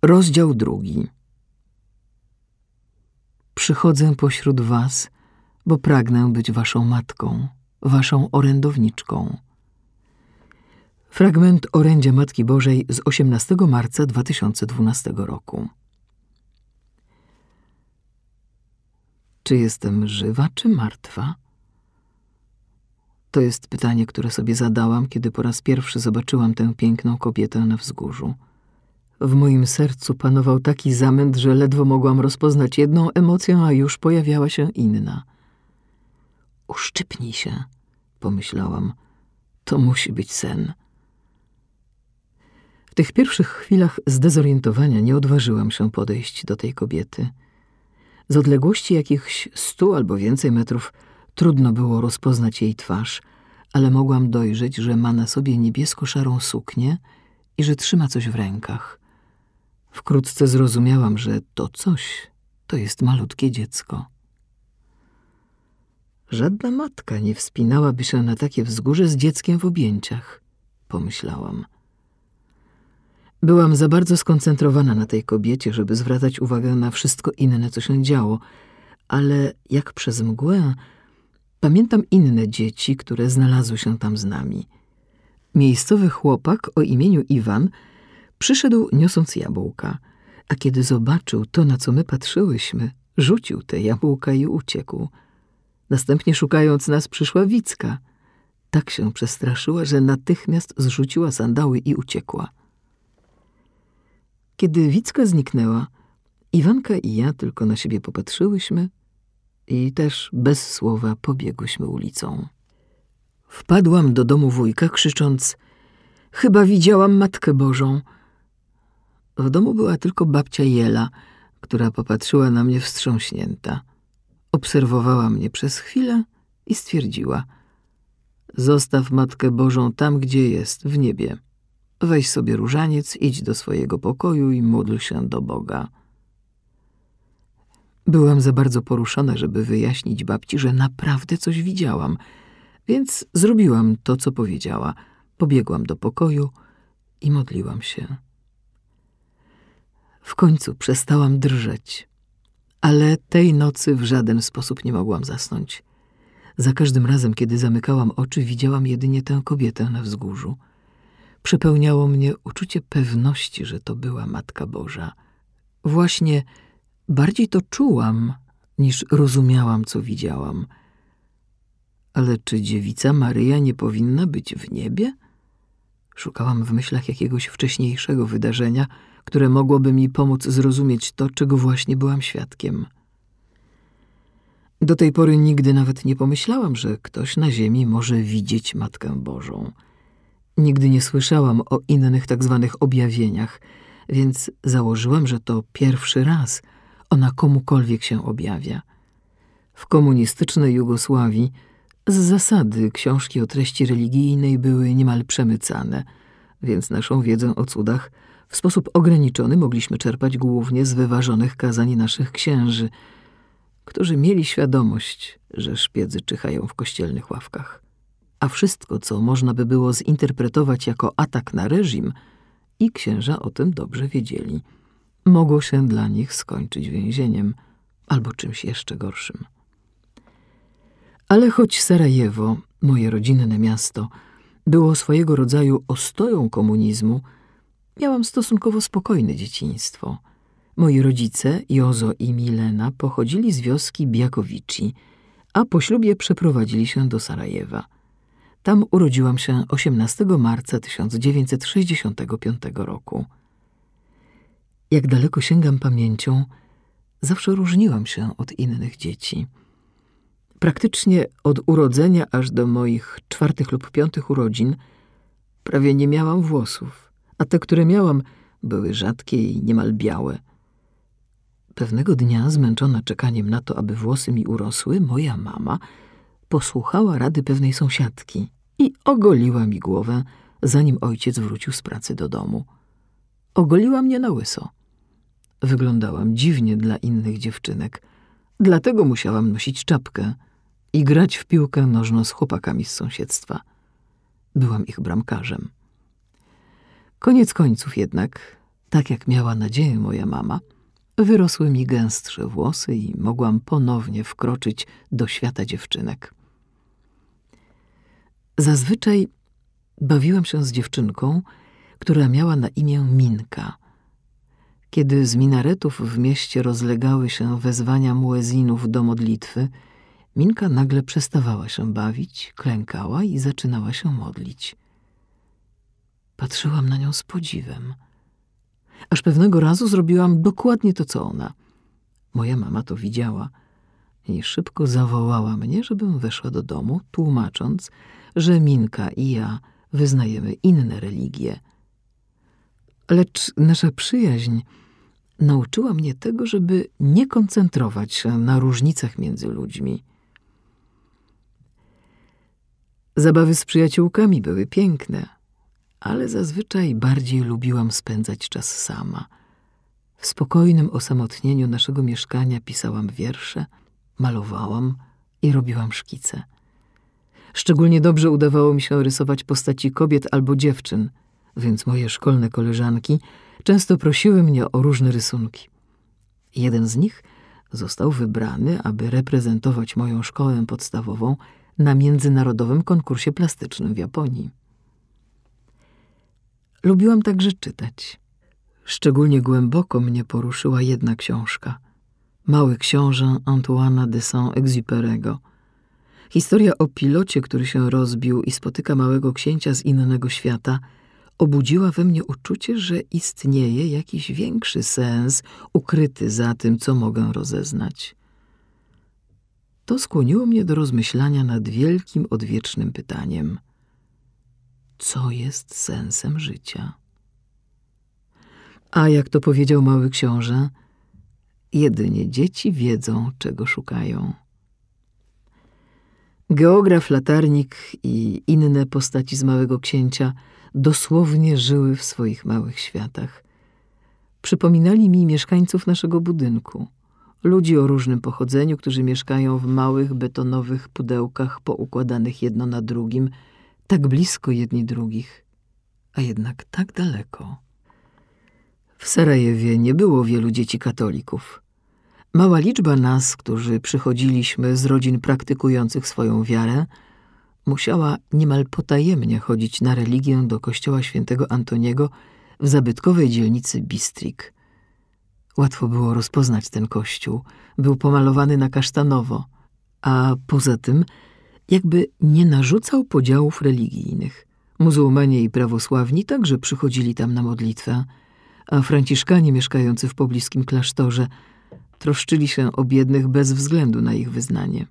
Rozdział 2. Przychodzę pośród was, bo pragnę być waszą matką, waszą orędowniczką. Fragment orędzia Matki Bożej z 18 marca 2012 roku. Czy jestem żywa, czy martwa? To jest pytanie, które sobie zadałam, kiedy po raz pierwszy zobaczyłam tę piękną kobietę na wzgórzu. W moim sercu panował taki zamęt, że ledwo mogłam rozpoznać jedną emocję, a już pojawiała się inna. Uszczypnij się, pomyślałam. To musi być sen. W tych pierwszych chwilach zdezorientowania nie odważyłam się podejść do tej kobiety. Z odległości jakichś 100 albo więcej metrów trudno było rozpoznać jej twarz, ale mogłam dojrzeć, że ma na sobie niebiesko-szarą suknię i że trzyma coś w rękach. Wkrótce zrozumiałam, że to coś to jest malutkie dziecko. Żadna matka nie wspinałaby się na takie wzgórze z dzieckiem w objęciach, pomyślałam. Byłam za bardzo skoncentrowana na tej kobiecie, żeby zwracać uwagę na wszystko inne, co się działo, ale jak przez mgłę pamiętam inne dzieci, które znalazły się tam z nami. Miejscowy chłopak o imieniu Iwan przyszedł niosąc jabłka, a kiedy zobaczył to, na co my patrzyłyśmy, rzucił te jabłka i uciekł. Następnie szukając nas przyszła Wicka. Tak się przestraszyła, że natychmiast zrzuciła sandały i uciekła. Kiedy Wicka zniknęła, Iwanka i ja tylko na siebie popatrzyłyśmy i też bez słowa pobiegłyśmy ulicą. Wpadłam do domu wujka, krzycząc: chyba widziałam Matkę Bożą. W domu była tylko babcia Jela, która popatrzyła na mnie wstrząśnięta. Obserwowała mnie przez chwilę i stwierdziła: zostaw Matkę Bożą tam, gdzie jest, w niebie. Weź sobie różaniec, idź do swojego pokoju i módl się do Boga. Byłam za bardzo poruszona, żeby wyjaśnić babci, że naprawdę coś widziałam, więc zrobiłam to, co powiedziała. Pobiegłam do pokoju i modliłam się. W końcu przestałam drżeć, ale tej nocy w żaden sposób nie mogłam zasnąć. Za każdym razem, kiedy zamykałam oczy, widziałam jedynie tę kobietę na wzgórzu. Przepełniało mnie uczucie pewności, że to była Matka Boża. Właśnie bardziej to czułam, niż rozumiałam, co widziałam. Ale czy dziewica Maryja nie powinna być w niebie? Szukałam w myślach jakiegoś wcześniejszego wydarzenia, które mogłoby mi pomóc zrozumieć to, czego właśnie byłam świadkiem. Do tej pory nigdy nawet nie pomyślałam, że ktoś na ziemi może widzieć Matkę Bożą. Nigdy nie słyszałam o innych tak zwanych objawieniach, więc założyłam, że to pierwszy raz ona komukolwiek się objawia. W komunistycznej Jugosławii z zasady książki o treści religijnej były niemal przemycane, więc naszą wiedzę o cudach w sposób ograniczony mogliśmy czerpać głównie z wyważonych kazań naszych księży, którzy mieli świadomość, że szpiedzy czyhają w kościelnych ławkach. A wszystko, co można by było zinterpretować jako atak na reżim, i księża o tym dobrze wiedzieli, mogło się dla nich skończyć więzieniem albo czymś jeszcze gorszym. Ale choć Sarajewo, moje rodzinne miasto, było swojego rodzaju ostoją komunizmu, miałam stosunkowo spokojne dzieciństwo. Moi rodzice, Jozo i Milena, pochodzili z wioski Biakowici, a po ślubie przeprowadzili się do Sarajewa. Tam urodziłam się 18 marca 1965 roku. Jak daleko sięgam pamięcią, zawsze różniłam się od innych dzieci. Praktycznie od urodzenia aż do moich 4. lub 5. urodzin prawie nie miałam włosów, a te, które miałam, były rzadkie i niemal białe. Pewnego dnia, zmęczona czekaniem na to, aby włosy mi urosły, moja mama posłuchała rady pewnej sąsiadki i ogoliła mi głowę, zanim ojciec wrócił z pracy do domu. Ogoliła mnie na łyso. Wyglądałam dziwnie dla innych dziewczynek, dlatego musiałam nosić czapkę i grać w piłkę nożną z chłopakami z sąsiedztwa. Byłam ich bramkarzem. Koniec końców jednak Tak jak miała nadzieję moja mama, wyrosły mi gęstsze włosy i mogłam ponownie wkroczyć do świata dziewczynek. Zazwyczaj bawiłam się z dziewczynką, która miała na imię Minka. Kiedy z minaretów w mieście rozlegały się wezwania muezinów do modlitwy, Minka nagle przestawała się bawić, klękała i zaczynała się modlić. Patrzyłam na nią z podziwem. Aż pewnego razu zrobiłam dokładnie to, co ona. Moja mama to widziała i szybko zawołała mnie, żebym weszła do domu, tłumacząc, że Minka i ja wyznajemy inne religie. Lecz nasza przyjaźń nauczyła mnie tego, żeby nie koncentrować się na różnicach między ludźmi. Zabawy z przyjaciółkami były piękne, ale zazwyczaj bardziej lubiłam spędzać czas sama. W spokojnym osamotnieniu naszego mieszkania pisałam wiersze, malowałam i robiłam szkice. Szczególnie dobrze udawało mi się rysować postaci kobiet albo dziewczyn, więc moje szkolne koleżanki często prosiły mnie o różne rysunki. Jeden z nich został wybrany, aby reprezentować moją szkołę podstawową na międzynarodowym konkursie plastycznym w Japonii. Lubiłam także czytać. Szczególnie głęboko mnie poruszyła jedna książka. Mały książę Antoine'a de Saint-Exupéry'ego. Historia o pilocie, który się rozbił i spotyka małego księcia z innego świata, obudziła we mnie uczucie, że istnieje jakiś większy sens ukryty za tym, co mogę rozeznać. To skłoniło mnie do rozmyślania nad wielkim, odwiecznym pytaniem: co jest sensem życia? A jak to powiedział mały książę, jedynie dzieci wiedzą, czego szukają. Geograf, latarnik i inne postaci z Małego Księcia dosłownie żyły w swoich małych światach. Przypominali mi mieszkańców naszego budynku, ludzi o różnym pochodzeniu, którzy mieszkają w małych betonowych pudełkach poukładanych jedno na drugim, tak blisko jedni drugich, a jednak tak daleko. W Sarajewie nie było wielu dzieci katolików. Mała liczba nas, którzy przychodziliśmy z rodzin praktykujących swoją wiarę, musiała niemal potajemnie chodzić na religię do kościoła świętego Antoniego w zabytkowej dzielnicy Bistrik. Łatwo było rozpoznać ten kościół. Był pomalowany na kasztanowo, a poza tym jakby nie narzucał podziałów religijnych. Muzułmanie i prawosławni także przychodzili tam na modlitwę, a franciszkanie mieszkający w pobliskim klasztorze troszczyli się o biednych bez względu na ich wyznanie.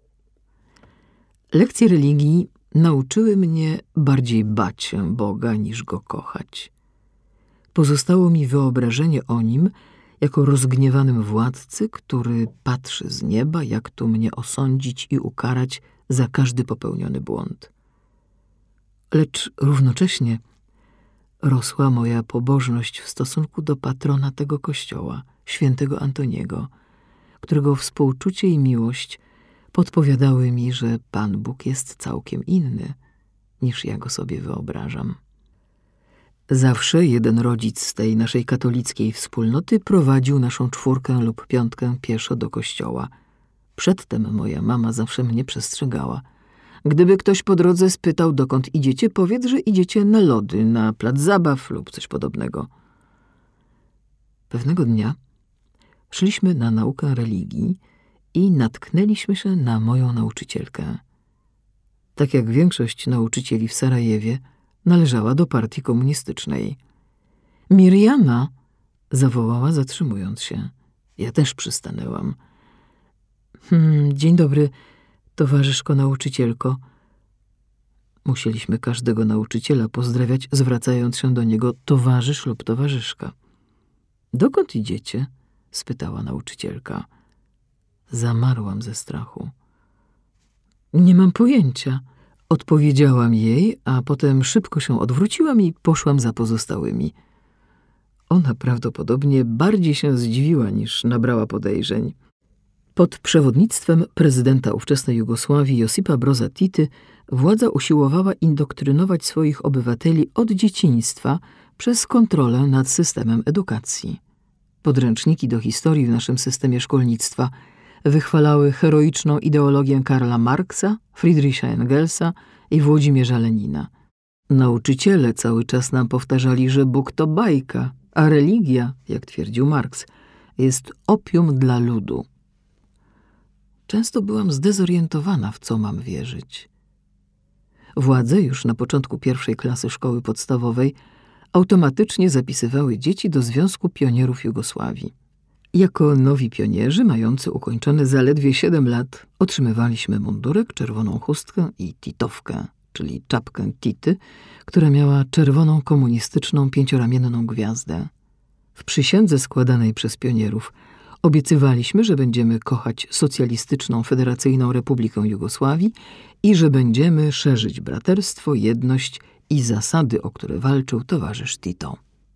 Lekcje religii nauczyły mnie bardziej bać się Boga niż Go kochać. Pozostało mi wyobrażenie o Nim jako rozgniewanym władcy, który patrzy z nieba, jak tu mnie osądzić i ukarać za każdy popełniony błąd. Lecz równocześnie rosła moja pobożność w stosunku do patrona tego kościoła, świętego Antoniego, którego współczucie i miłość podpowiadały mi, że Pan Bóg jest całkiem inny, niż ja go sobie wyobrażam. Zawsze jeden rodzic z tej naszej katolickiej wspólnoty prowadził naszą 4 lub 5 pieszo do kościoła. Przedtem moja mama zawsze mnie przestrzegała. Gdyby ktoś po drodze spytał, dokąd idziecie, powiedz, że idziecie na lody, na plac zabaw lub coś podobnego. Pewnego dnia szliśmy na naukę religii i natknęliśmy się na moją nauczycielkę. Tak jak większość nauczycieli w Sarajewie, należała do partii komunistycznej. Mirjana! Zawołała, zatrzymując się. Ja też przystanęłam. Dzień dobry, towarzyszko nauczycielko. Musieliśmy każdego nauczyciela pozdrawiać, zwracając się do niego towarzysz lub towarzyszka. Dokąd idziecie? Spytała nauczycielka. Zamarłam ze strachu. Nie mam pojęcia. Odpowiedziałam jej, a potem szybko się odwróciłam i poszłam za pozostałymi. Ona prawdopodobnie bardziej się zdziwiła, niż nabrała podejrzeń. Pod przewodnictwem prezydenta ówczesnej Jugosławii Josipa Broza Tity władza usiłowała indoktrynować swoich obywateli od dzieciństwa przez kontrolę nad systemem edukacji. Podręczniki do historii w naszym systemie szkolnictwa wychwalały heroiczną ideologię Karla Marksa, Friedricha Engelsa i Włodzimierza Lenina. Nauczyciele cały czas nam powtarzali, że Bóg to bajka, a religia, jak twierdził Marks, jest opium dla ludu. Często byłam zdezorientowana, w co mam wierzyć. Władze już na początku 1. klasy szkoły podstawowej automatycznie zapisywały dzieci do Związku Pionierów Jugosławii. Jako nowi pionierzy, mający ukończone zaledwie 7 lat, otrzymywaliśmy mundurek, czerwoną chustkę i titowkę, czyli czapkę Tity, która miała czerwoną komunistyczną 5-ramienną gwiazdę. W przysiędze składanej przez pionierów obiecywaliśmy, że będziemy kochać Socjalistyczną Federacyjną Republikę Jugosławii i że będziemy szerzyć braterstwo, jedność i zasady, o które walczył towarzysz Tito.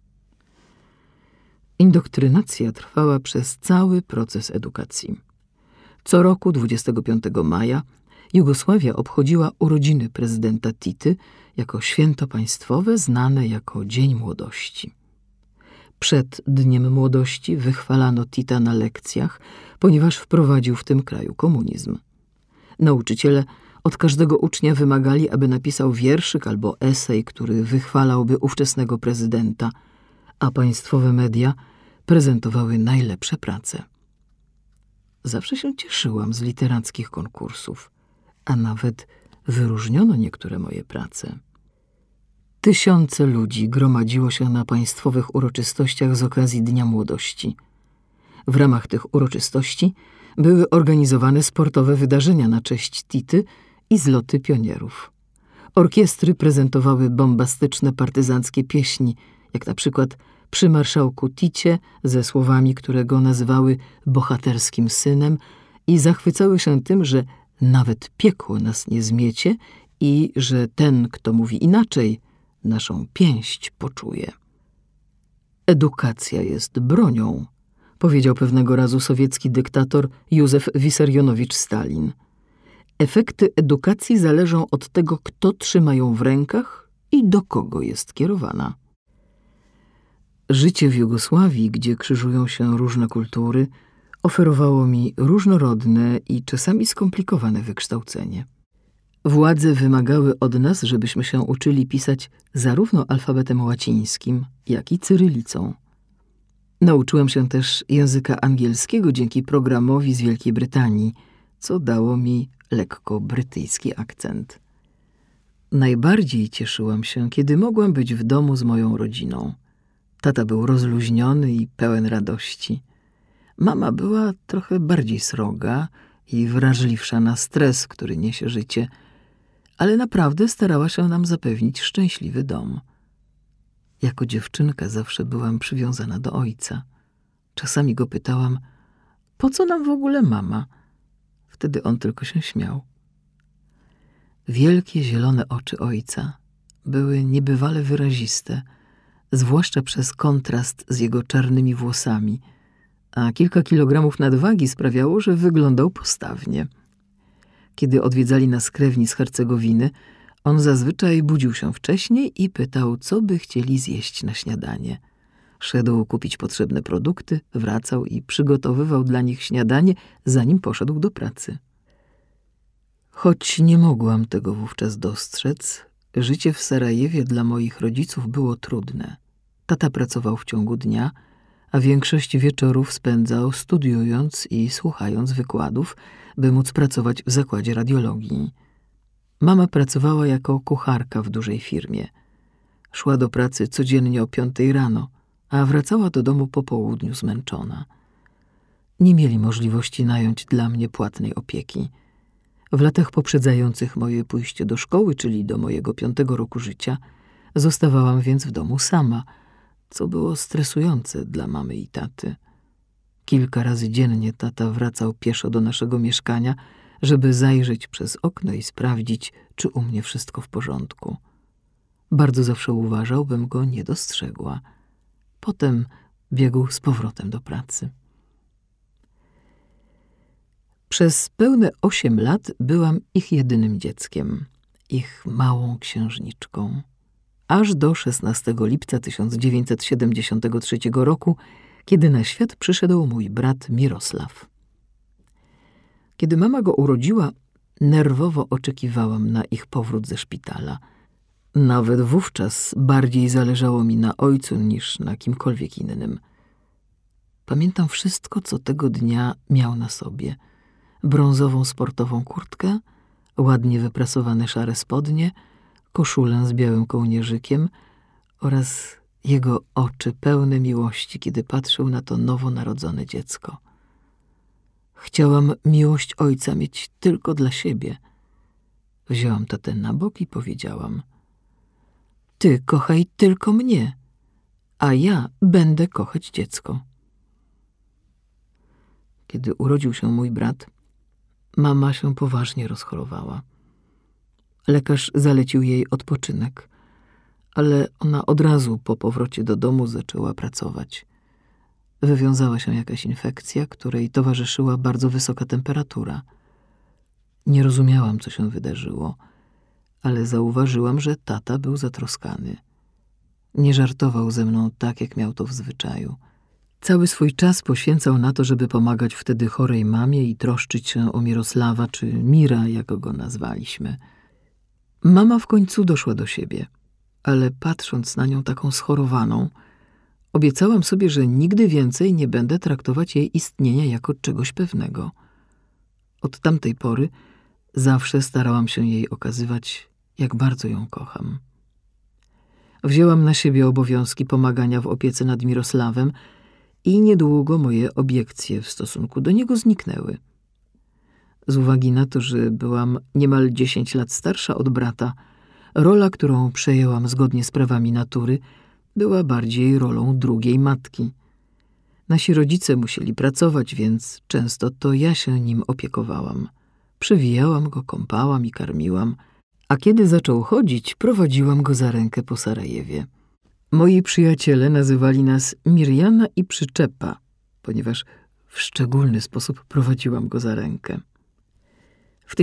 Indoktrynacja trwała przez cały proces edukacji. Co roku 25 maja Jugosławia obchodziła urodziny prezydenta Tity jako święto państwowe znane jako Dzień Młodości. Przed Dniem Młodości wychwalano Tita na lekcjach, ponieważ wprowadził w tym kraju komunizm. Nauczyciele od każdego ucznia wymagali, aby napisał wierszyk albo esej, który wychwalałby ówczesnego prezydenta, a państwowe media prezentowały najlepsze prace. Zawsze się cieszyłam z literackich konkursów, a nawet wyróżniono niektóre moje prace. Tysiące ludzi gromadziło się na państwowych uroczystościach z okazji Dnia Młodości. W ramach tych uroczystości były organizowane sportowe wydarzenia na cześć Tity i zloty pionierów. Orkiestry prezentowały bombastyczne partyzanckie pieśni, jak na przykład Przy marszałku Ticie ze słowami, które go nazywały bohaterskim synem i zachwycały się tym, że nawet piekło nas nie zmiecie i że ten, kto mówi inaczej, naszą pięść poczuje. Edukacja jest bronią, powiedział pewnego razu sowiecki dyktator Józef Wisarionowicz Stalin. Efekty edukacji zależą od tego, kto trzyma ją w rękach i do kogo jest kierowana. Życie w Jugosławii, gdzie krzyżują się różne kultury, oferowało mi różnorodne i czasami skomplikowane wykształcenie. Władze wymagały od nas, żebyśmy się uczyli pisać zarówno alfabetem łacińskim, jak i cyrylicą. Nauczyłem się też języka angielskiego dzięki programowi z Wielkiej Brytanii, co dało mi lekko brytyjski akcent. Najbardziej cieszyłam się, kiedy mogłam być w domu z moją rodziną. Tata był rozluźniony i pełen radości. Mama była trochę bardziej sroga i wrażliwsza na stres, który niesie życie, ale naprawdę starała się nam zapewnić szczęśliwy dom. Jako dziewczynka zawsze byłam przywiązana do ojca. Czasami go pytałam, po co nam w ogóle mama? Wtedy on tylko się śmiał. Wielkie zielone oczy ojca były niebywale wyraziste, zwłaszcza przez kontrast z jego czarnymi włosami, a kilka kilogramów nadwagi sprawiało, że wyglądał postawnie. Kiedy odwiedzali nas krewni z Hercegowiny, on zazwyczaj budził się wcześniej i pytał, co by chcieli zjeść na śniadanie. Szedł kupić potrzebne produkty, wracał i przygotowywał dla nich śniadanie, zanim poszedł do pracy. Choć nie mogłam tego wówczas dostrzec, życie w Sarajewie dla moich rodziców było trudne. Tata pracował w ciągu dnia, a większość wieczorów spędzał studiując i słuchając wykładów, by móc pracować w zakładzie radiologii. Mama pracowała jako kucharka w dużej firmie. Szła do pracy codziennie o 5 rano, a wracała do domu po południu zmęczona. Nie mieli możliwości nająć dla mnie płatnej opieki. W latach poprzedzających moje pójście do szkoły, czyli do mojego 5. roku życia, zostawałam więc w domu sama, co było stresujące dla mamy i taty. Kilka razy dziennie tata wracał pieszo do naszego mieszkania, żeby zajrzeć przez okno i sprawdzić, czy u mnie wszystko w porządku. Bardzo zawsze uważał, bym go nie dostrzegła. Potem biegł z powrotem do pracy. Przez pełne 8 lat byłam ich jedynym dzieckiem, ich małą księżniczką. aż do 16 lipca 1973 roku, kiedy na świat przyszedł mój brat Mirosław. Kiedy mama go urodziła, nerwowo oczekiwałam na ich powrót ze szpitala. Nawet wówczas bardziej zależało mi na ojcu niż na kimkolwiek innym. Pamiętam wszystko, co tego dnia miał na sobie. Brązową sportową kurtkę, ładnie wyprasowane szare spodnie, koszulę z białym kołnierzykiem oraz jego oczy pełne miłości, kiedy patrzył na to nowonarodzone dziecko. Chciałam miłość ojca mieć tylko dla siebie. Wzięłam tatę na bok i powiedziałam: ty kochaj tylko mnie, a ja będę kochać dziecko. Kiedy urodził się mój brat, mama się poważnie rozchorowała. Lekarz zalecił jej odpoczynek, ale ona od razu po powrocie do domu zaczęła pracować. Wywiązała się jakaś infekcja, której towarzyszyła bardzo wysoka temperatura. Nie rozumiałam, co się wydarzyło, ale zauważyłam, że tata był zatroskany. Nie żartował ze mną tak, jak miał to w zwyczaju. Cały swój czas poświęcał na to, żeby pomagać wtedy chorej mamie i troszczyć się o Mirosława, czy Mira, jak go nazwaliśmy. Mama w końcu doszła do siebie, ale patrząc na nią taką schorowaną, obiecałam sobie, że nigdy więcej nie będę traktować jej istnienia jako czegoś pewnego. Od tamtej pory zawsze starałam się jej okazywać, jak bardzo ją kocham. Wzięłam na siebie obowiązki pomagania w opiece nad Mirosławem i niedługo moje obiekcje w stosunku do niego zniknęły. Z uwagi na to, że byłam niemal 10 lat starsza od brata, rola, którą przejęłam zgodnie z prawami natury, była bardziej rolą drugiej matki. Nasi rodzice musieli pracować, więc często to ja się nim opiekowałam. Przewijałam go, kąpałam i karmiłam, a kiedy zaczął chodzić, prowadziłam go za rękę po Sarajewie. Moi przyjaciele nazywali nas Mirjana i Przyczepa, ponieważ w szczególny sposób prowadziłam go za rękę. W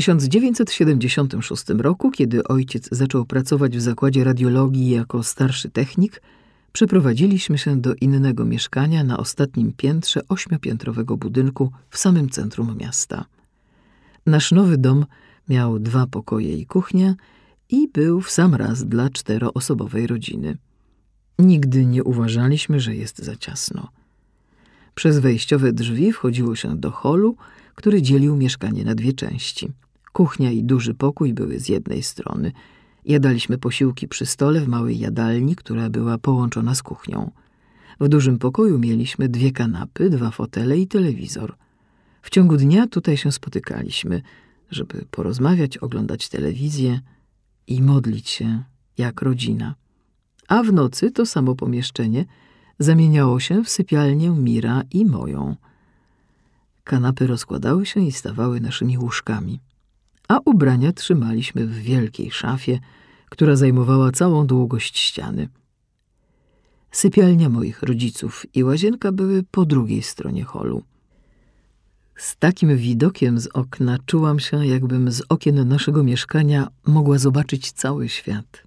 1976 roku, kiedy ojciec zaczął pracować w zakładzie radiologii jako starszy technik, przeprowadziliśmy się do innego mieszkania na ostatnim piętrze 8-piętrowego budynku w samym centrum miasta. Nasz nowy dom miał 2 pokoje i kuchnię i był w sam raz dla 4-osobowej rodziny. Nigdy nie uważaliśmy, że jest za ciasno. Przez wejściowe drzwi wchodziło się do holu, który dzielił mieszkanie na 2 części. Kuchnia i duży pokój były z jednej strony. Jadaliśmy posiłki przy stole w małej jadalni, która była połączona z kuchnią. W dużym pokoju mieliśmy 2 kanapy, 2 fotele i telewizor. W ciągu dnia tutaj się spotykaliśmy, żeby porozmawiać, oglądać telewizję i modlić się jak rodzina. A w nocy to samo pomieszczenie zamieniało się w sypialnię Mira i moją. Kanapy rozkładały się i stawały naszymi łóżkami, a ubrania trzymaliśmy w wielkiej szafie, która zajmowała całą długość ściany. Sypialnia moich rodziców i łazienka były po drugiej stronie holu. Z takim widokiem z okna czułam się, jakbym z okien naszego mieszkania mogła zobaczyć cały świat.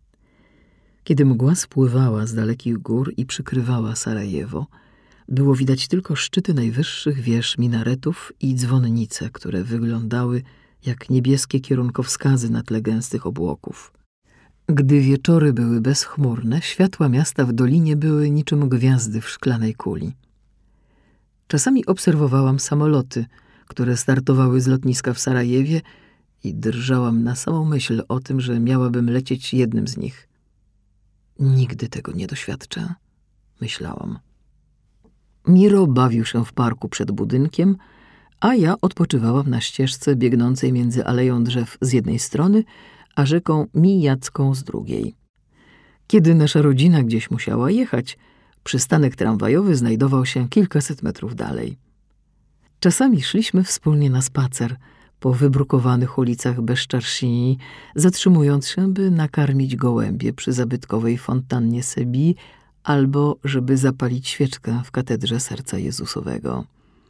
Kiedy mgła spływała z dalekich gór i przykrywała Sarajewo, było widać tylko szczyty najwyższych wież minaretów i dzwonnice, które wyglądały jak niebieskie kierunkowskazy na tle gęstych obłoków. Gdy wieczory były bezchmurne, światła miasta w dolinie były niczym gwiazdy w szklanej kuli. Czasami obserwowałam samoloty, które startowały z lotniska w Sarajewie i drżałam na samą myśl o tym, że miałabym lecieć jednym z nich. Nigdy tego nie doświadczę, myślałam. Miro bawił się w parku przed budynkiem, a ja odpoczywałam na ścieżce biegnącej między aleją drzew z jednej strony, a rzeką Mijacką z drugiej. Kiedy nasza rodzina gdzieś musiała jechać, przystanek tramwajowy znajdował się kilkaset metrów dalej. Czasami szliśmy wspólnie na spacer po wybrukowanych ulicach Beszczarszini, zatrzymując się, by nakarmić gołębie przy zabytkowej fontannie Sebi albo żeby zapalić świeczkę w katedrze Serca Jezusowego.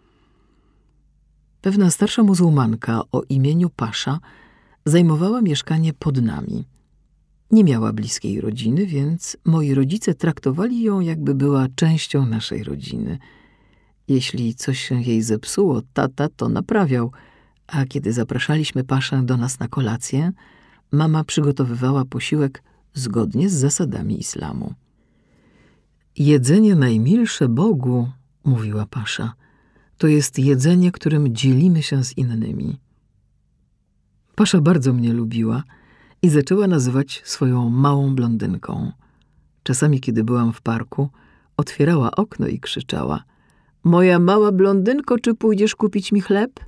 Pewna starsza muzułmanka o imieniu Pasza zajmowała mieszkanie pod nami. Nie miała bliskiej rodziny, więc moi rodzice traktowali ją, jakby była częścią naszej rodziny. Jeśli coś się jej zepsuło, tata to naprawiał, a kiedy zapraszaliśmy Paszę do nas na kolację, mama przygotowywała posiłek zgodnie z zasadami islamu. Jedzenie najmilsze Bogu, mówiła Pasza, to jest jedzenie, którym dzielimy się z innymi. Pasza bardzo mnie lubiła i zaczęła nazywać swoją małą blondynką. Czasami, kiedy byłam w parku, otwierała okno i krzyczała: „Moja mała blondynko, czy pójdziesz kupić mi chleb?”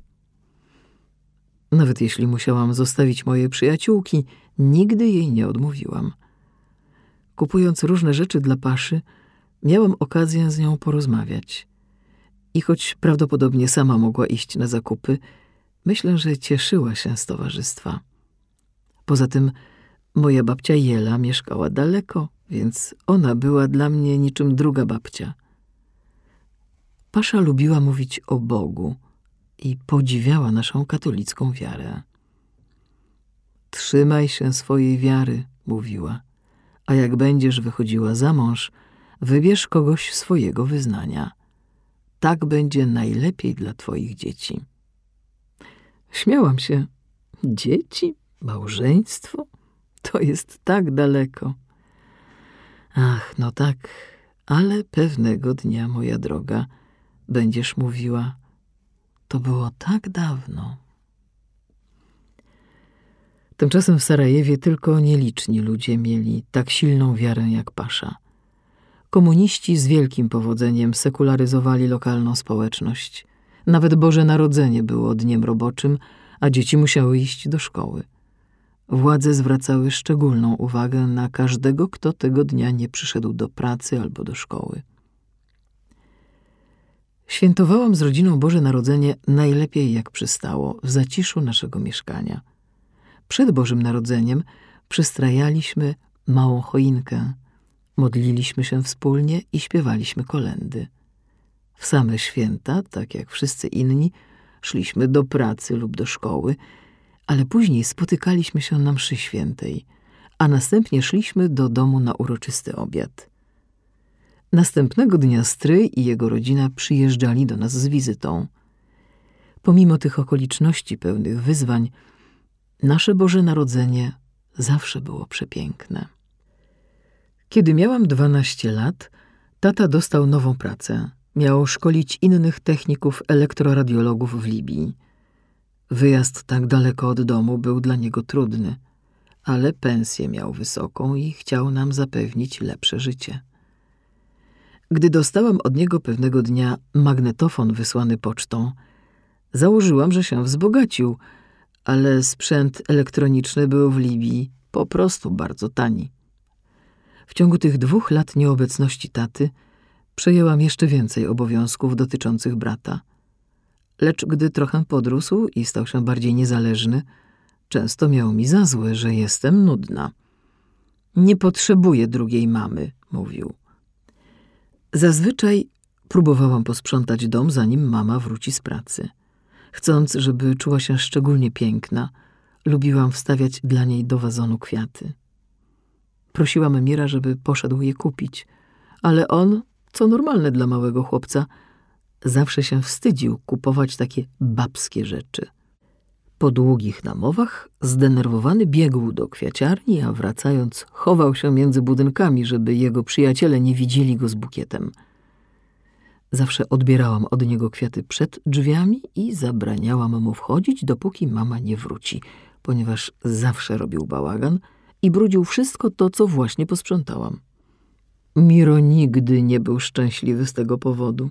Nawet jeśli musiałam zostawić moje przyjaciółki, nigdy jej nie odmówiłam. Kupując różne rzeczy dla Paszy, miałam okazję z nią porozmawiać. I choć prawdopodobnie sama mogła iść na zakupy, myślę, że cieszyła się z towarzystwa. Poza tym moja babcia Jela mieszkała daleko, więc ona była dla mnie niczym druga babcia. Pasza lubiła mówić o Bogu i podziwiała naszą katolicką wiarę. „Trzymaj się swojej wiary”, mówiła, „a jak będziesz wychodziła za mąż, wybierz kogoś swojego wyznania. Tak będzie najlepiej dla twoich dzieci”. Śmiałam się. Dzieci? Małżeństwo? To jest tak daleko. Ach, no tak, ale pewnego dnia, moja droga, będziesz mówiła: „To było tak dawno”. Tymczasem w Sarajewie tylko nieliczni ludzie mieli tak silną wiarę jak Pasza. Komuniści z wielkim powodzeniem sekularyzowali lokalną społeczność. Nawet Boże Narodzenie było dniem roboczym, a dzieci musiały iść do szkoły. Władze zwracały szczególną uwagę na każdego, kto tego dnia nie przyszedł do pracy albo do szkoły. Świętowałam z rodziną Boże Narodzenie najlepiej jak przystało, w zaciszu naszego mieszkania. Przed Bożym Narodzeniem przystrajaliśmy małą choinkę, modliliśmy się wspólnie i śpiewaliśmy kolędy. W same święta, tak jak wszyscy inni, szliśmy do pracy lub do szkoły, ale później spotykaliśmy się na mszy świętej, a następnie szliśmy do domu na uroczysty obiad. Następnego dnia stryj i jego rodzina przyjeżdżali do nas z wizytą. Pomimo tych okoliczności pełnych wyzwań, nasze Boże Narodzenie zawsze było przepiękne. Kiedy miałam 12 lat, tata dostał nową pracę. Miał szkolić innych techników elektroradiologów w Libii. Wyjazd tak daleko od domu był dla niego trudny, ale pensję miał wysoką i chciał nam zapewnić lepsze życie. Gdy dostałam od niego pewnego dnia magnetofon wysłany pocztą, założyłam, że się wzbogacił, ale sprzęt elektroniczny był w Libii po prostu bardzo tani. W ciągu tych 2 lat nieobecności taty przejęłam jeszcze więcej obowiązków dotyczących brata. Lecz gdy trochę podrósł i stał się bardziej niezależny, często miał mi za złe, że jestem nudna. „Nie potrzebuję drugiej mamy”, mówił. Zazwyczaj próbowałam posprzątać dom, zanim mama wróci z pracy. Chcąc, żeby czuła się szczególnie piękna, lubiłam wstawiać dla niej do wazonu kwiaty. Prosiłam Emira, żeby poszedł je kupić, ale on, co normalne dla małego chłopca, zawsze się wstydził kupować takie babskie rzeczy. Po długich namowach zdenerwowany biegł do kwiaciarni, a wracając chował się między budynkami, żeby jego przyjaciele nie widzieli go z bukietem. Zawsze odbierałam od niego kwiaty przed drzwiami i zabraniałam mu wchodzić, dopóki mama nie wróci, ponieważ zawsze robił bałagan i brudził wszystko to, co właśnie posprzątałam. Miro nigdy nie był szczęśliwy z tego powodu.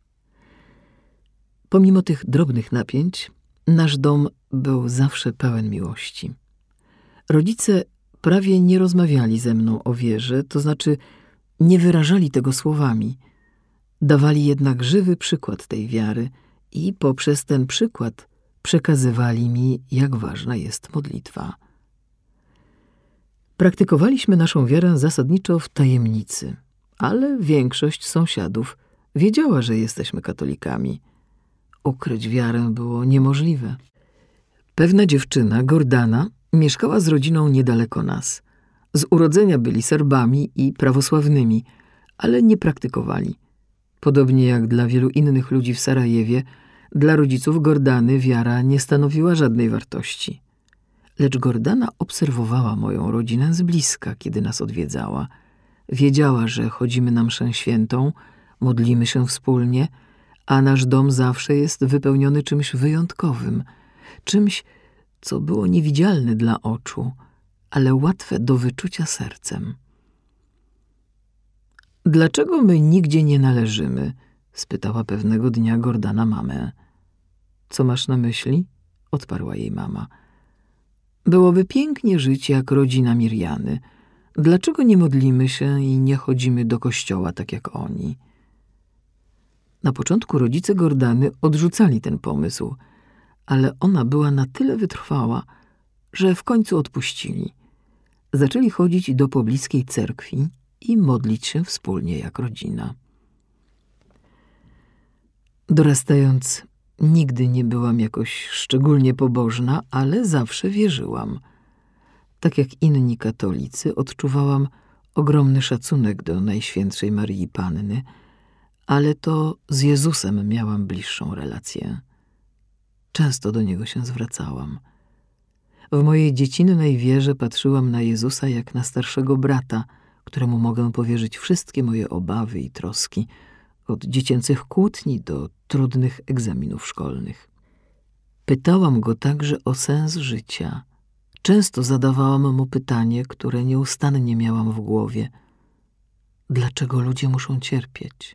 Pomimo tych drobnych napięć, nasz dom był zawsze pełen miłości. Rodzice prawie nie rozmawiali ze mną o wierze, to znaczy nie wyrażali tego słowami. Dawali jednak żywy przykład tej wiary i poprzez ten przykład przekazywali mi, jak ważna jest modlitwa. Praktykowaliśmy naszą wiarę zasadniczo w tajemnicy, ale większość sąsiadów wiedziała, że jesteśmy katolikami. Ukryć wiarę było niemożliwe. Pewna dziewczyna, Gordana, mieszkała z rodziną niedaleko nas, Z urodzenia byli Serbami i prawosławnymi, ale nie praktykowali. Podobnie jak dla wielu innych ludzi w Sarajewie, dla rodziców Gordany wiara nie stanowiła żadnej wartości. Lecz Gordana obserwowała moją rodzinę z bliska, kiedy nas odwiedzała. Wiedziała, że chodzimy na mszę świętą, modlimy się wspólnie, a nasz dom zawsze jest wypełniony czymś wyjątkowym, czymś, co było niewidzialne dla oczu, ale łatwe do wyczucia sercem. Dlaczego my nigdzie nie należymy? Spytała pewnego dnia Gordana mamę. Co masz na myśli? Odparła jej mama. Byłoby pięknie żyć jak rodzina Mirjany. Dlaczego nie modlimy się i nie chodzimy do kościoła tak jak oni? Na początku rodzice Gordany odrzucali ten pomysł, ale ona była na tyle wytrwała, że w końcu odpuścili. Zaczęli chodzić do pobliskiej cerkwi i modlić się wspólnie jak rodzina. Dorastając, nigdy nie byłam jakoś szczególnie pobożna, ale zawsze wierzyłam. Tak jak inni katolicy, odczuwałam ogromny szacunek do Najświętszej Maryi Panny, ale to z Jezusem miałam bliższą relację. Często do Niego się zwracałam. W mojej dziecinnej wierze patrzyłam na Jezusa jak na starszego brata, któremu mogę powierzyć wszystkie moje obawy i troski, od dziecięcych kłótni do trudnych egzaminów szkolnych. Pytałam Go także o sens życia. Często zadawałam Mu pytanie, które nieustannie miałam w głowie. Dlaczego ludzie muszą cierpieć?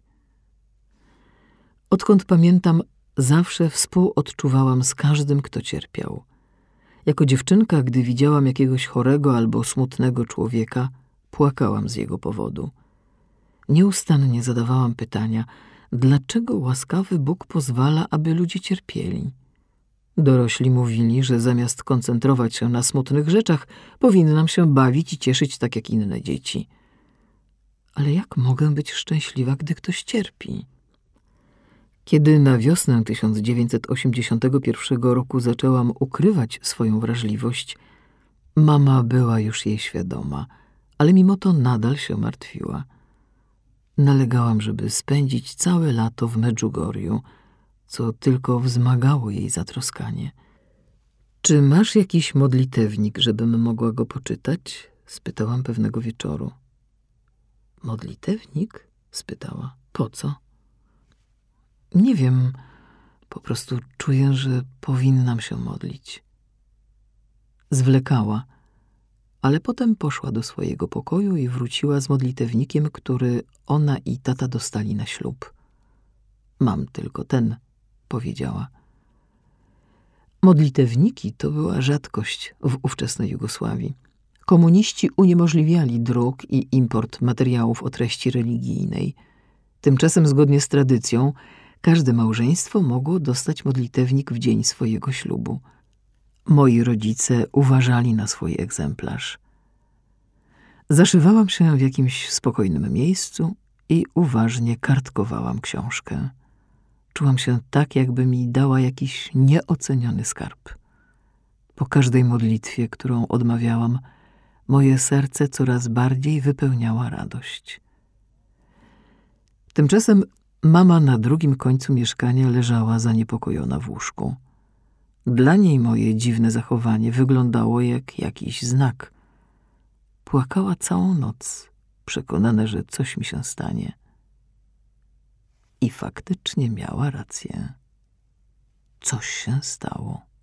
Odkąd pamiętam, zawsze współodczuwałam z każdym, kto cierpiał. Jako dziewczynka, gdy widziałam jakiegoś chorego albo smutnego człowieka, płakałam z jego powodu. Nieustannie zadawałam pytania, dlaczego łaskawy Bóg pozwala, aby ludzie cierpieli. Dorośli mówili, że zamiast koncentrować się na smutnych rzeczach, powinnam się bawić i cieszyć tak jak inne dzieci. Ale jak mogę być szczęśliwa, gdy ktoś cierpi? Kiedy na wiosnę 1981 roku zaczęłam ukrywać swoją wrażliwość, mama była już jej świadoma, ale mimo to nadal się martwiła. Nalegałam, żeby spędzić całe lato w Medjugorju, co tylko wzmagało jej zatroskanie. Czy masz jakiś modlitewnik, żebym mogła go poczytać? Spytałam pewnego wieczoru. Modlitewnik? Spytała. Po co? Nie wiem, po prostu czuję, że powinnam się modlić. Zwlekała, ale potem poszła do swojego pokoju i wróciła z modlitewnikiem, który ona i tata dostali na ślub. Mam tylko ten, powiedziała. Modlitewniki to była rzadkość w ówczesnej Jugosławii. Komuniści uniemożliwiali druk i import materiałów o treści religijnej. Tymczasem, zgodnie z tradycją, każde małżeństwo mogło dostać modlitewnik w dzień swojego ślubu. Moi rodzice uważali na swój egzemplarz. Zaszywałam się w jakimś spokojnym miejscu i uważnie kartkowałam książkę. Czułam się tak, jakby mi dała jakiś nieoceniony skarb. Po każdej modlitwie, którą odmawiałam, moje serce coraz bardziej wypełniała radość. Tymczasem mama na drugim końcu mieszkania leżała zaniepokojona w łóżku. Dla niej moje dziwne zachowanie wyglądało jak jakiś znak. Płakała całą noc, przekonana, że coś mi się stanie. I faktycznie miała rację. Coś się stało.